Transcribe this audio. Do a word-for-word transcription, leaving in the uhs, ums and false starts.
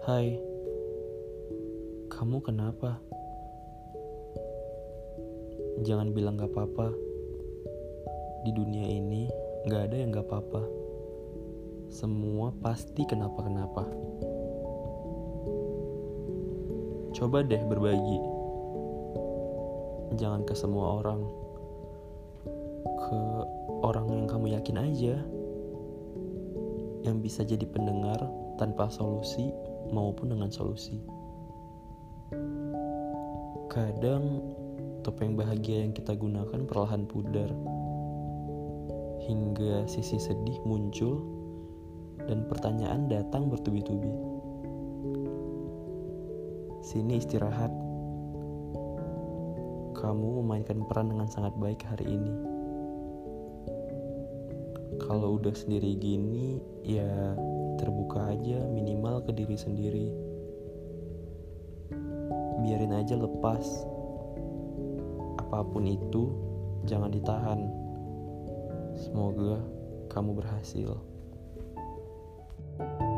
Hai, kamu kenapa? Jangan bilang gak apa-apa. Di dunia ini gak ada yang gak apa-apa. Semua pasti kenapa-kenapa. Coba deh berbagi. Jangan ke semua orang. Ke orang yang kamu yakin aja, yang bisa jadi pendengar tanpa solusi maupun dengan solusi. Kadang topeng bahagia yang kita gunakan perlahan pudar, hingga sisi sedih muncul dan pertanyaan datang bertubi-tubi. Sini istirahat. Kamu memainkan peran dengan sangat baik hari ini. Kalau udah sendiri gini, ya terbuka aja minimal ke diri sendiri. Biarin aja lepas. Apapun itu, jangan ditahan. Semoga kamu berhasil.